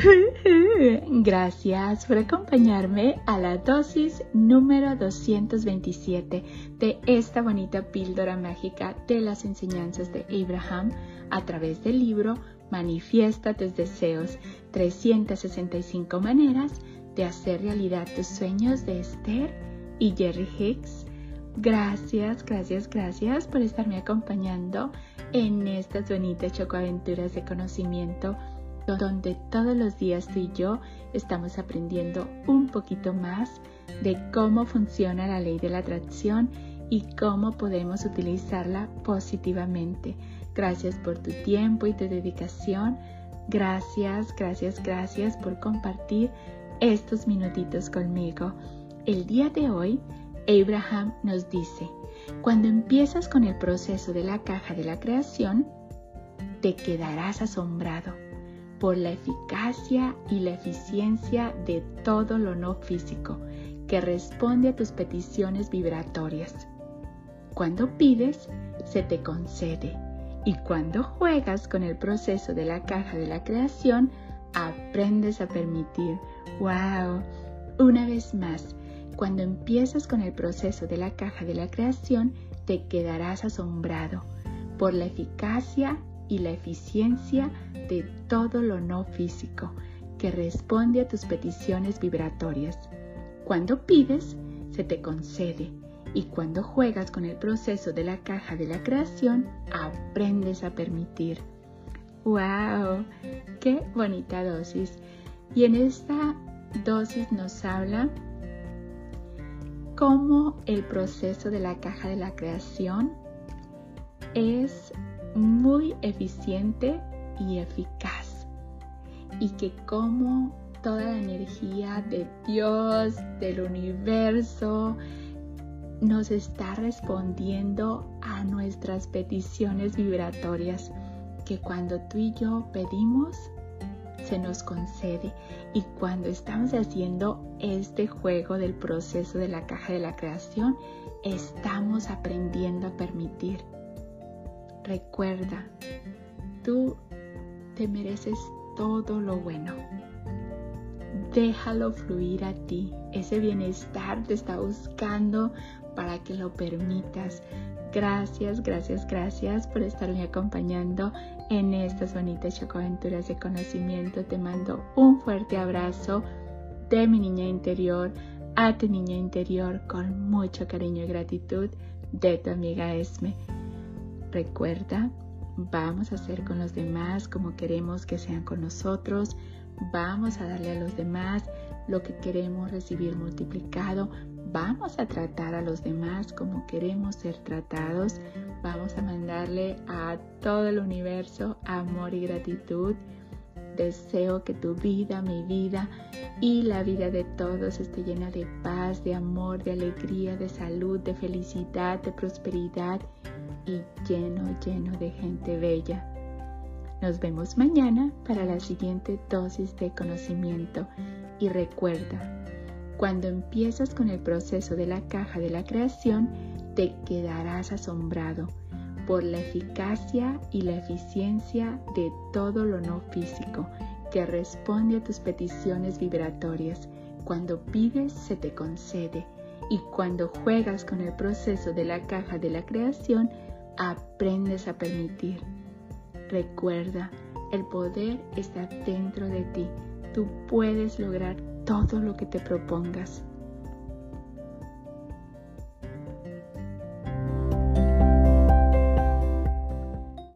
Gracias por acompañarme a la dosis número 227 de esta bonita píldora mágica de las enseñanzas de Abraham a través del libro Manifiesta tus deseos, 365 maneras de hacer realidad tus sueños, de Esther y Jerry Hicks. Gracias por estarme acompañando en estas bonitas chocoaventuras de conocimiento, donde todos los días tú y yo estamos aprendiendo un poquito más de cómo funciona la ley de la atracción y cómo podemos utilizarla positivamente. Gracias por tu tiempo y tu dedicación. Gracias por compartir estos minutitos conmigo. El día de hoy, Abraham nos dice: cuando empiezas con el proceso de la caja de la creación, te quedarás asombrado por la eficacia y la eficiencia de todo lo no físico que responde a tus peticiones vibratorias. Cuando pides, se te concede, y cuando juegas con el proceso de la caja de la creación, aprendes a permitir. ¡Wow! Una vez más, cuando empiezas con el proceso de la caja de la creación, te quedarás asombrado por la eficacia y la eficiencia de todo lo no físico que responde a tus peticiones vibratorias. Cuando pides, se te concede, y cuando juegas con el proceso de la caja de la creación, aprendes a permitir. ¡Wow! ¡Qué bonita dosis! Y en esta dosis nos habla cómo el proceso de la caja de la creación es muy eficiente y eficaz, y que cómo toda la energía de Dios, del universo, nos está respondiendo a nuestras peticiones vibratorias, que cuando tú y yo pedimos, se nos concede. Y cuando estamos haciendo este juego del proceso de la caja de la creación, estamos aprendiendo a permitir. Recuerda, tú te mereces todo lo bueno. Déjalo fluir a ti. Ese bienestar te está buscando para que lo permitas. Gracias por estarme acompañando en estas bonitas chocoaventuras de conocimiento. Te mando un fuerte abrazo de mi niña interior a tu niña interior, con mucho cariño y gratitud, de tu amiga Esme. Recuerda, vamos a hacer con los demás como queremos que sean con nosotros. Vamos a darle a los demás lo que queremos recibir multiplicado. Vamos a tratar a los demás como queremos ser tratados. Vamos a mandarle a todo el universo amor y gratitud. Deseo que tu vida, mi vida y la vida de todos esté llena de paz, de amor, de alegría, de salud, de felicidad, de prosperidad y lleno de gente bella. Nos vemos mañana para la siguiente dosis de conocimiento. Y recuerda, cuando empiezas con el proceso de la caja de la creación, te quedarás asombrado por la eficacia y la eficiencia de todo lo no físico que responde a tus peticiones vibratorias. Cuando pides, se te concede, y cuando juegas con el proceso de la caja de la creación, aprendes a permitir. Recuerda, el poder está dentro de ti. Tú puedes lograr todo lo que te propongas.